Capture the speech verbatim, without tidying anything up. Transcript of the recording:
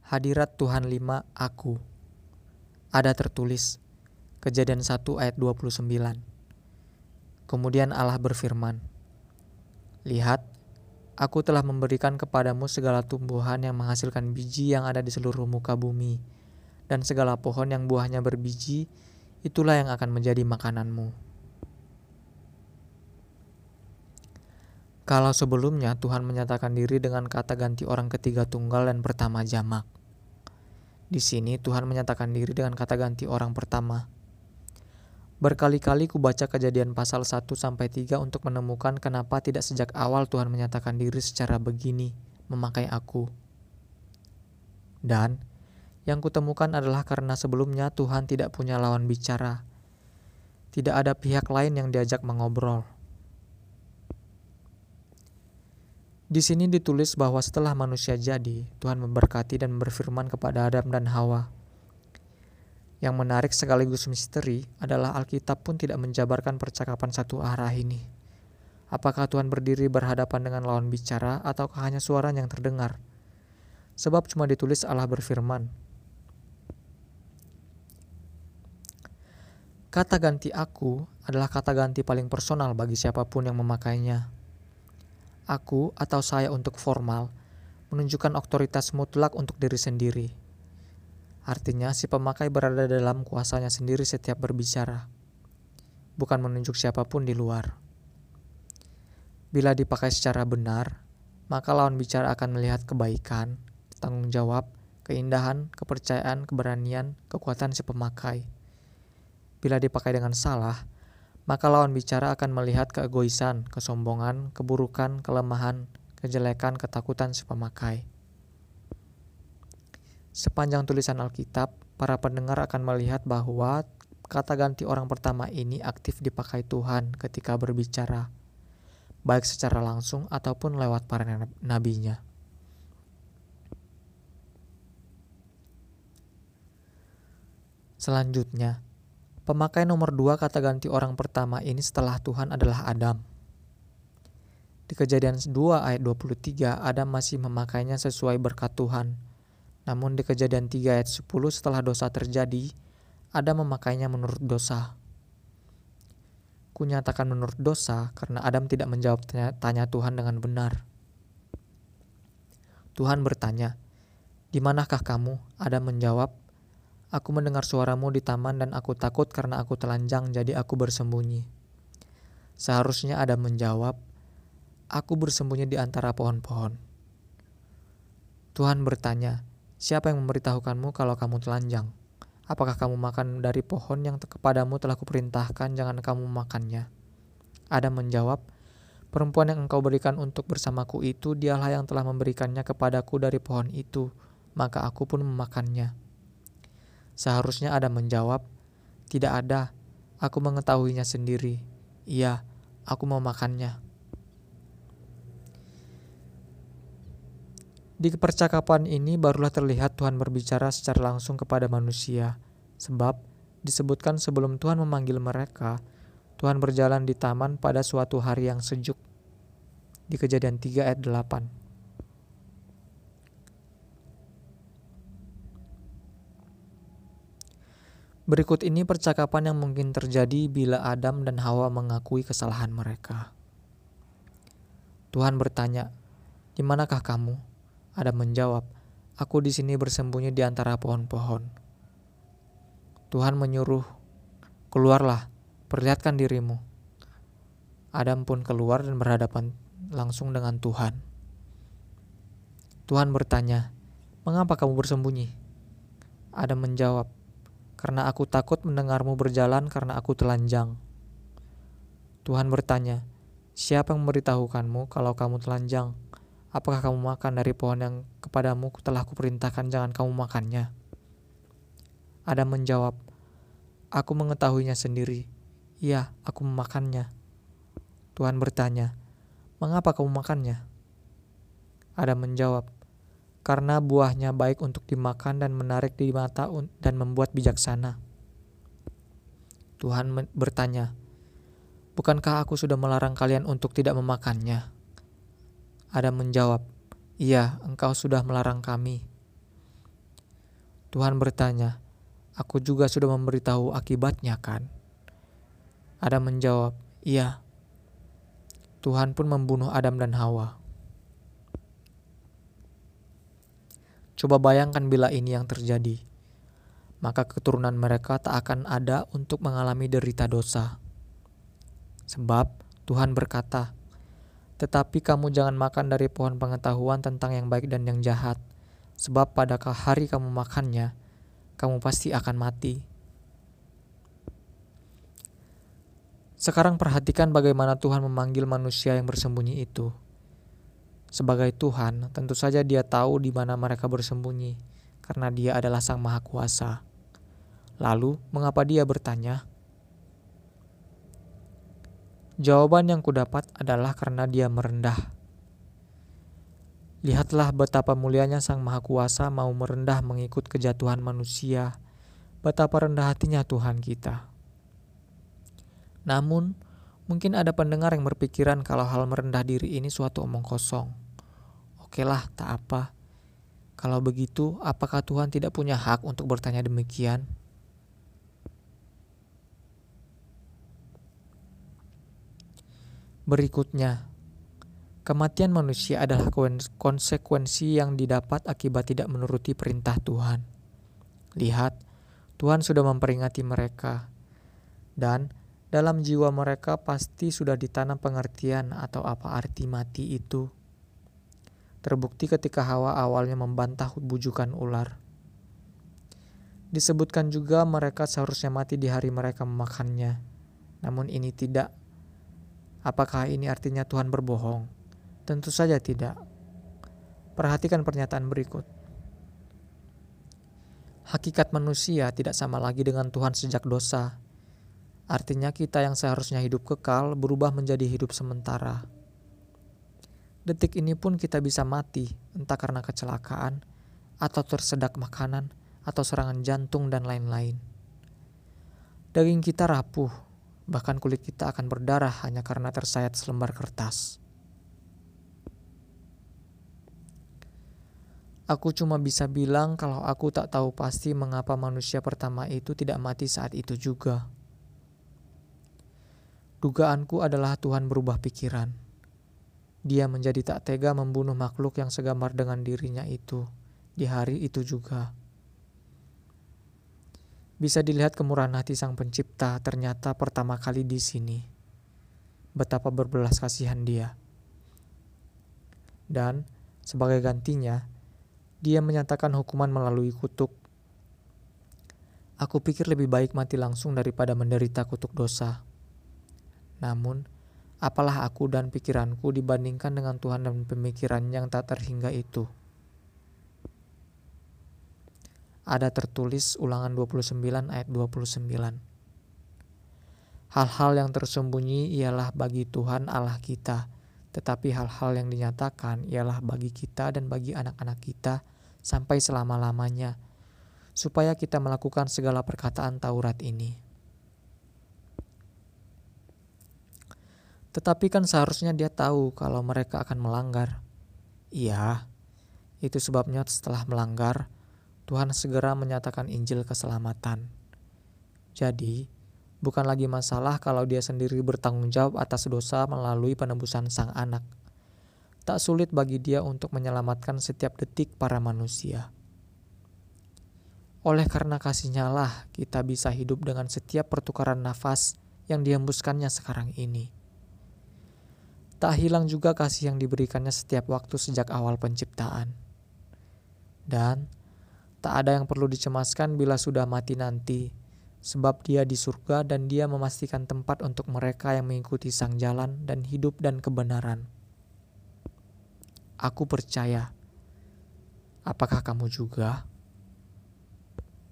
Hadirat Tuhan lima Aku. Ada tertulis, Kejadian satu ayat dua puluh sembilan. Kemudian Allah berfirman, Lihat, Aku telah memberikan kepadamu segala tumbuhan yang menghasilkan biji yang ada di seluruh muka bumi, dan segala pohon yang buahnya berbiji, itulah yang akan menjadi makananmu. Kalau sebelumnya Tuhan menyatakan diri dengan kata ganti orang ketiga tunggal dan pertama jamak, di sini Tuhan menyatakan diri dengan kata ganti orang pertama. Berkali-kali kubaca Kejadian pasal satu sampai tiga untuk menemukan kenapa tidak sejak awal Tuhan menyatakan diri secara begini, memakai aku. Dan yang kutemukan adalah karena sebelumnya Tuhan tidak punya lawan bicara. Tidak ada pihak lain yang diajak mengobrol. Di sini ditulis bahwa setelah manusia jadi, Tuhan memberkati dan berfirman kepada Adam dan Hawa. Yang menarik sekaligus misteri adalah Alkitab pun tidak menjabarkan percakapan satu arah ini. Apakah Tuhan berdiri berhadapan dengan lawan bicara ataukah hanya suara yang terdengar? Sebab cuma ditulis Allah berfirman. Kata ganti aku adalah kata ganti paling personal bagi siapapun yang memakainya. Aku atau saya untuk formal menunjukkan otoritas mutlak untuk diri sendiri. Artinya si pemakai berada dalam kuasanya sendiri setiap berbicara, bukan menunjuk siapapun di luar. Bila dipakai secara benar, maka lawan bicara akan melihat kebaikan, tanggung jawab, keindahan, kepercayaan, keberanian, kekuatan si pemakai. Bila dipakai dengan salah, maka lawan bicara akan melihat keegoisan, kesombongan, keburukan, kelemahan, kejelekan, ketakutan si pemakai. Sepanjang tulisan Alkitab, para pendengar akan melihat bahwa kata ganti orang pertama ini aktif dipakai Tuhan ketika berbicara, baik secara langsung ataupun lewat para nabinya. Selanjutnya, pemakai nomor dua kata ganti orang pertama ini setelah Tuhan adalah Adam. Di Kejadian dua ayat dua puluh tiga, Adam masih memakainya sesuai berkat Tuhan. Namun di Kejadian tiga ayat sepuluh setelah dosa terjadi, Adam memakainya menurut dosa. Kunyatakan menurut dosa karena Adam tidak menjawab tanya, tanya Tuhan dengan benar. Tuhan bertanya, "Di manakah kamu?" Adam menjawab, "Aku mendengar suaramu di taman dan aku takut karena aku telanjang jadi aku bersembunyi." Seharusnya Adam menjawab, "Aku bersembunyi di antara pohon-pohon." Tuhan bertanya, "Siapa yang memberitahukanmu kalau kamu telanjang? Apakah kamu makan dari pohon yang kepadamu telah kuperintahkan jangan kamu makannya?" Adam menjawab, "Perempuan yang engkau berikan untuk bersamaku itu dialah yang telah memberikannya kepadaku dari pohon itu, maka aku pun memakannya." Seharusnya Adam menjawab, "Tidak ada, aku mengetahuinya sendiri. Iya, aku mau makannya." Di percakapan ini barulah terlihat Tuhan berbicara secara langsung kepada manusia, sebab disebutkan sebelum Tuhan memanggil mereka, Tuhan berjalan di taman pada suatu hari yang sejuk. Di Kejadian tiga ayat delapan. Berikut ini percakapan yang mungkin terjadi bila Adam dan Hawa mengakui kesalahan mereka. Tuhan bertanya, "Di manakah kamu?" Adam menjawab, "Aku di sini bersembunyi di antara pohon-pohon." Tuhan menyuruh, "Keluarlah, perlihatkan dirimu." Adam pun keluar dan berhadapan langsung dengan Tuhan. Tuhan bertanya, "Mengapa kamu bersembunyi?" Adam menjawab, "Karena aku takut mendengarmu berjalan karena aku telanjang." Tuhan bertanya, "Siapa yang memberitahukanmu kalau kamu telanjang? Apakah kamu makan dari pohon yang kepadamu telah kuperintahkan jangan kamu makannya?" Adam menjawab, "Aku mengetahuinya sendiri. Iya, aku memakannya." Tuhan bertanya, "Mengapa kamu makannya?" Adam menjawab, "Karena buahnya baik untuk dimakan dan menarik di mata dan membuat bijaksana." Tuhan bertanya, "Bukankah aku sudah melarang kalian untuk tidak memakannya?" Adam menjawab, "Iya, engkau sudah melarang kami." Tuhan bertanya, "Aku juga sudah memberitahu akibatnya kan?" Adam menjawab, "Iya." Tuhan pun membunuh Adam dan Hawa. Coba bayangkan bila ini yang terjadi. Maka keturunan mereka tak akan ada untuk mengalami derita dosa. Sebab Tuhan berkata, "Tetapi kamu jangan makan dari pohon pengetahuan tentang yang baik dan yang jahat, sebab pada hari kamu makannya, kamu pasti akan mati." Sekarang perhatikan bagaimana Tuhan memanggil manusia yang bersembunyi itu. Sebagai Tuhan, tentu saja Dia tahu di mana mereka bersembunyi, karena Dia adalah Sang Maha Kuasa. Lalu, mengapa Dia bertanya? Jawaban yang kudapat adalah karena Dia merendah. Lihatlah betapa mulianya Sang Maha Kuasa mau merendah mengikut kejatuhan manusia. Betapa rendah hatinya Tuhan kita. Namun, mungkin ada pendengar yang berpikiran kalau hal merendah diri ini suatu omong kosong. Okelah, tak apa. Kalau begitu, apakah Tuhan tidak punya hak untuk bertanya demikian? Berikutnya, kematian manusia adalah konsekuensi yang didapat akibat tidak menuruti perintah Tuhan. Lihat, Tuhan sudah memperingati mereka, dan dalam jiwa mereka pasti sudah ditanam pengertian atau apa arti mati itu. Terbukti ketika Hawa awalnya membantah bujukan ular. Disebutkan juga mereka seharusnya mati di hari mereka memakannya. Namun ini tidak. Apakah ini artinya Tuhan berbohong? Tentu saja tidak. Perhatikan pernyataan berikut. Hakikat manusia tidak sama lagi dengan Tuhan sejak dosa. Artinya kita yang seharusnya hidup kekal berubah menjadi hidup sementara. Detik ini pun kita bisa mati, entah karena kecelakaan, atau tersedak makanan, atau serangan jantung dan lain-lain. Daging kita rapuh, bahkan kulit kita akan berdarah hanya karena tersayat selembar kertas. Aku cuma bisa bilang kalau aku tak tahu pasti mengapa manusia pertama itu tidak mati saat itu juga. Dugaanku adalah Tuhan berubah pikiran. Dia menjadi tak tega membunuh makhluk yang segambar dengan dirinya itu di hari itu juga. Bisa dilihat kemurahan hati Sang Pencipta ternyata pertama kali di sini. Betapa berbelas kasihan Dia. Dan sebagai gantinya, Dia menyatakan hukuman melalui kutuk. Aku pikir lebih baik mati langsung daripada menderita kutuk dosa. Namun, apalah aku dan pikiranku dibandingkan dengan Tuhan dan pemikiran yang tak terhingga itu. Ada tertulis Ulangan dua puluh sembilan ayat dua puluh sembilan. Hal-hal yang tersembunyi ialah bagi Tuhan Allah kita, tetapi hal-hal yang dinyatakan ialah bagi kita dan bagi anak-anak kita sampai selama-lamanya, supaya kita melakukan segala perkataan Taurat ini. Tetapi kan seharusnya Dia tahu kalau mereka akan melanggar. Iya, itu sebabnya setelah melanggar, Tuhan segera menyatakan Injil keselamatan. Jadi, bukan lagi masalah kalau Dia sendiri bertanggung jawab atas dosa melalui penebusan Sang Anak. Tak sulit bagi Dia untuk menyelamatkan setiap detik para manusia. Oleh karena kasih-Nya lah kita bisa hidup dengan setiap pertukaran nafas yang dihembuskannya sekarang ini. Tak hilang juga kasih yang diberikannya setiap waktu sejak awal penciptaan. Dan tak ada yang perlu dicemaskan bila sudah mati nanti, sebab Dia di surga dan Dia memastikan tempat untuk mereka yang mengikuti Sang jalan dan hidup dan kebenaran. Aku percaya. Apakah kamu juga?